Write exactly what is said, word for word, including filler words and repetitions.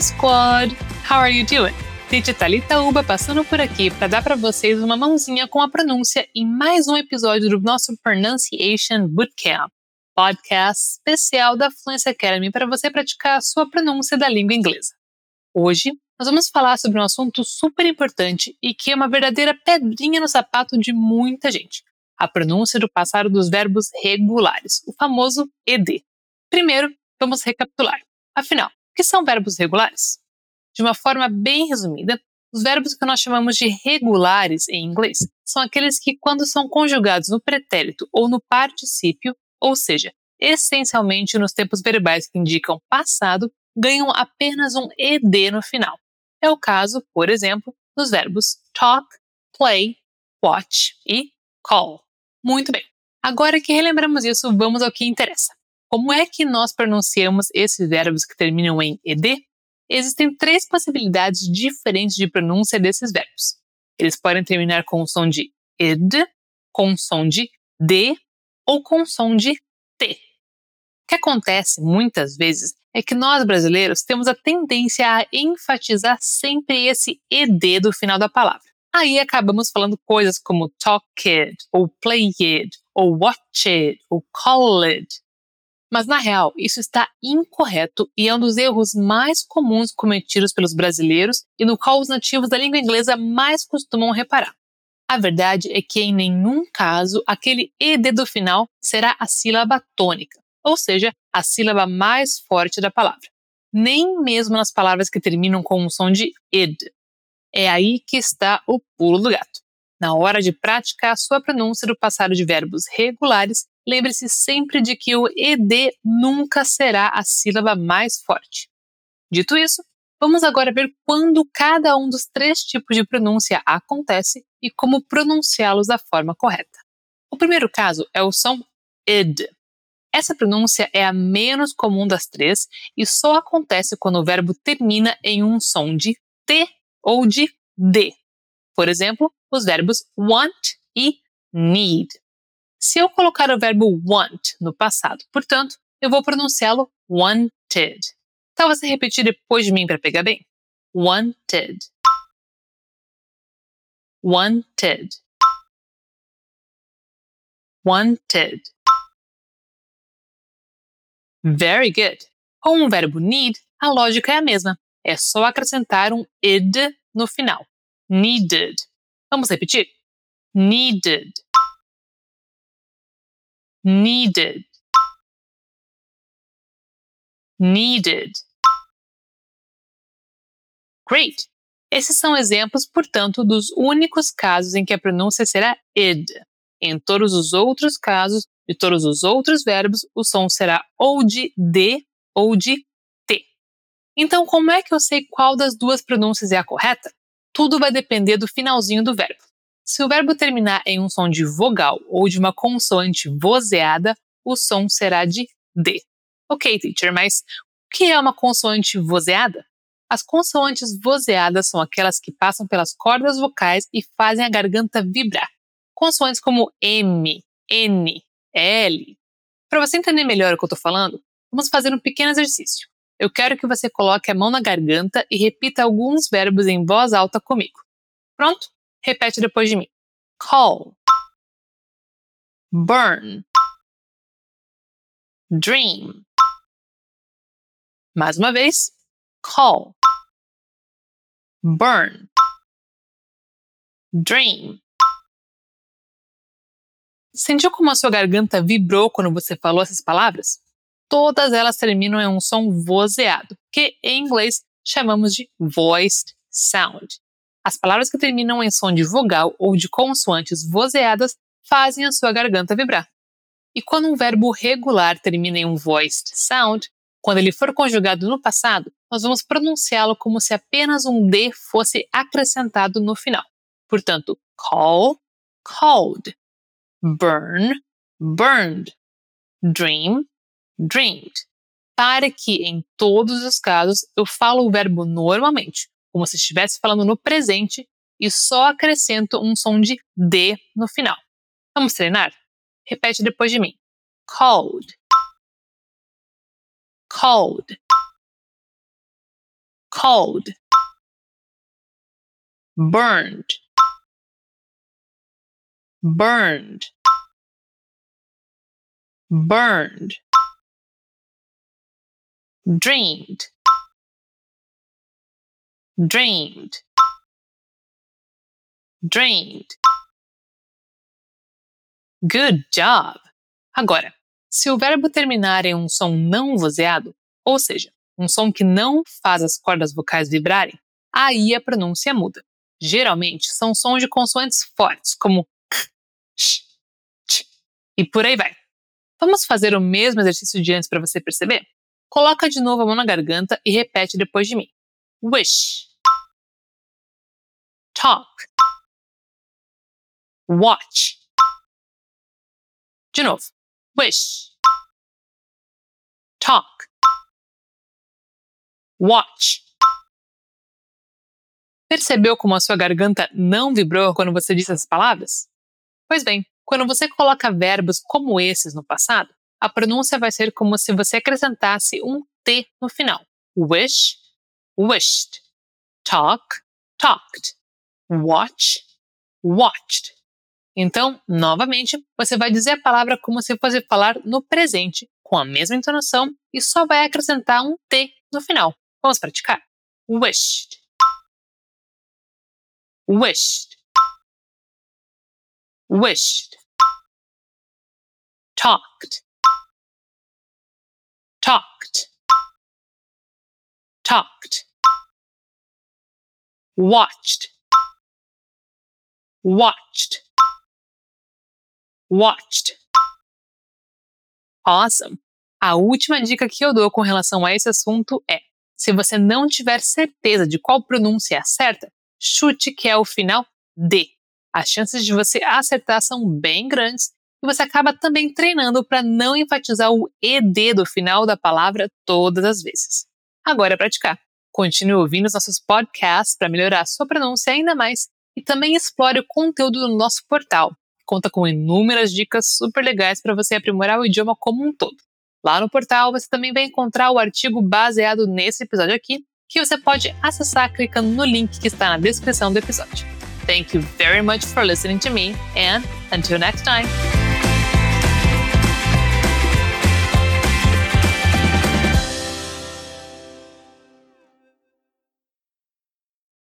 squad! How are you doing? Teacher Thalita Uba passando por aqui para dar para vocês uma mãozinha com a pronúncia em mais um episódio do nosso Pronunciation Bootcamp, podcast especial da Fluency Academy para você praticar a sua pronúncia da língua inglesa. Hoje, nós vamos falar sobre um assunto super importante e que é uma verdadeira pedrinha no sapato de muita gente, a pronúncia do passado dos verbos regulares, o famoso E D. Primeiro, vamos recapitular. Afinal, o que são verbos regulares? De uma forma bem resumida, os verbos que nós chamamos de regulares em inglês são aqueles que, quando são conjugados no pretérito ou no particípio, ou seja, essencialmente nos tempos verbais que indicam passado, ganham apenas um E D no final. É o caso, por exemplo, dos verbos talk, play, watch e call. Muito bem. Agora que relembramos isso, vamos ao que interessa. Como é que nós pronunciamos esses verbos que terminam em E D? Existem três possibilidades diferentes de pronúncia desses verbos. Eles podem terminar com o som de id, com o som de D ou com o som de T. O que acontece muitas vezes é que nós brasileiros temos a tendência a enfatizar sempre esse E D do final da palavra. Aí acabamos falando coisas como talked, ou played, ou watched, ou called. Mas, na real, isso está incorreto e é um dos erros mais comuns cometidos pelos brasileiros e no qual os nativos da língua inglesa mais costumam reparar. A verdade é que, em nenhum caso, aquele E D do final será a sílaba tônica, ou seja, a sílaba mais forte da palavra. Nem mesmo nas palavras que terminam com o som de id. É aí que está o pulo do gato. Na hora de praticar a sua pronúncia do passado de verbos regulares, lembre-se sempre de que o E D nunca será a sílaba mais forte. Dito isso, vamos agora ver quando cada um dos três tipos de pronúncia acontece e como pronunciá-los da forma correta. O primeiro caso é o som id. Essa pronúncia é a menos comum das três e só acontece quando o verbo termina em um som de T ou de D. Por exemplo, os verbos want e need. Se eu colocar o verbo want no passado, portanto, eu vou pronunciá-lo wanted. Então você repetir depois de mim para pegar bem? Wanted. Wanted. Wanted. Very good. Com o verbo need, a lógica é a mesma. É só acrescentar um id no final. Needed. Vamos repetir? Needed. Needed. Needed. Great! Esses são exemplos, portanto, dos únicos casos em que a pronúncia será id. Em todos os outros casos, de todos os outros verbos, o som será ou de D ou de T. Então, como é que eu sei qual das duas pronúncias é a correta? Tudo vai depender do finalzinho do verbo. Se o verbo terminar em um som de vogal ou de uma consoante vozeada, o som será de D. Ok, teacher, mas o que é uma consoante vozeada? As consoantes vozeadas são aquelas que passam pelas cordas vocais e fazem a garganta vibrar. Consoantes como M, N, L. Para você entender melhor o que eu estou falando, vamos fazer um pequeno exercício. Eu quero que você coloque a mão na garganta e repita alguns verbos em voz alta comigo. Pronto? Repete depois de mim. Call. Burn. Dream. Mais uma vez. Call. Burn. Dream. Sentiu como a sua garganta vibrou quando você falou essas palavras? Todas elas terminam em um som vozeado, que em inglês chamamos de voiced sound. As palavras que terminam em som de vogal ou de consoantes vozeadas fazem a sua garganta vibrar. E quando um verbo regular termina em um voiced sound, quando ele for conjugado no passado, nós vamos pronunciá-lo como se apenas um D fosse acrescentado no final. Portanto, call, called. Burn, burned. Dream, dreamed. Para que, em todos os casos, eu falo o verbo normalmente, como se estivesse falando no presente, e só acrescento um som de D no final. Vamos treinar? Repete depois de mim. Called. Called. cold, burned, burned, burned, dreamed, dreamed, dreamed. Good job! Agora, se o verbo terminar em um som não vozeado, ou seja, um som que não faz as cordas vocais vibrarem, aí a pronúncia muda. Geralmente são sons de consoantes fortes, como k, sh, ch, e por aí vai. Vamos fazer o mesmo exercício de antes para você perceber? Coloca de novo a mão na garganta e repete depois de mim. Wish, talk, watch. De novo. Wish, talk, watch. Percebeu como a sua garganta não vibrou quando você disse essas palavras? Pois bem, quando você coloca verbos como esses no passado, a pronúncia vai ser como se você acrescentasse um T no final. Wish, wished. Talk, talked. Watch, watched. Então, novamente, você vai dizer a palavra como se fosse falar no presente, com a mesma entonação, e só vai acrescentar um T no final. Vamos praticar? Wished, wished, wished. Talked, talked, talked. Watched, watched, watched. Awesome! A última dica que eu dou com relação a esse assunto é: se você não tiver certeza de qual pronúncia é a certa, chute que é o final D. As chances de você acertar são bem grandes e você acaba também treinando para não enfatizar o E D do final da palavra todas as vezes. Agora é praticar. Continue ouvindo os nossos podcasts para melhorar a sua pronúncia ainda mais e também explore o conteúdo do nosso portal. Conta com inúmeras dicas super legais para você aprimorar o idioma como um todo. Lá no portal você também vai encontrar o artigo baseado nesse episódio aqui, que você pode acessar clicando no link que está na descrição do episódio. Thank you very much for listening to me, and until next time!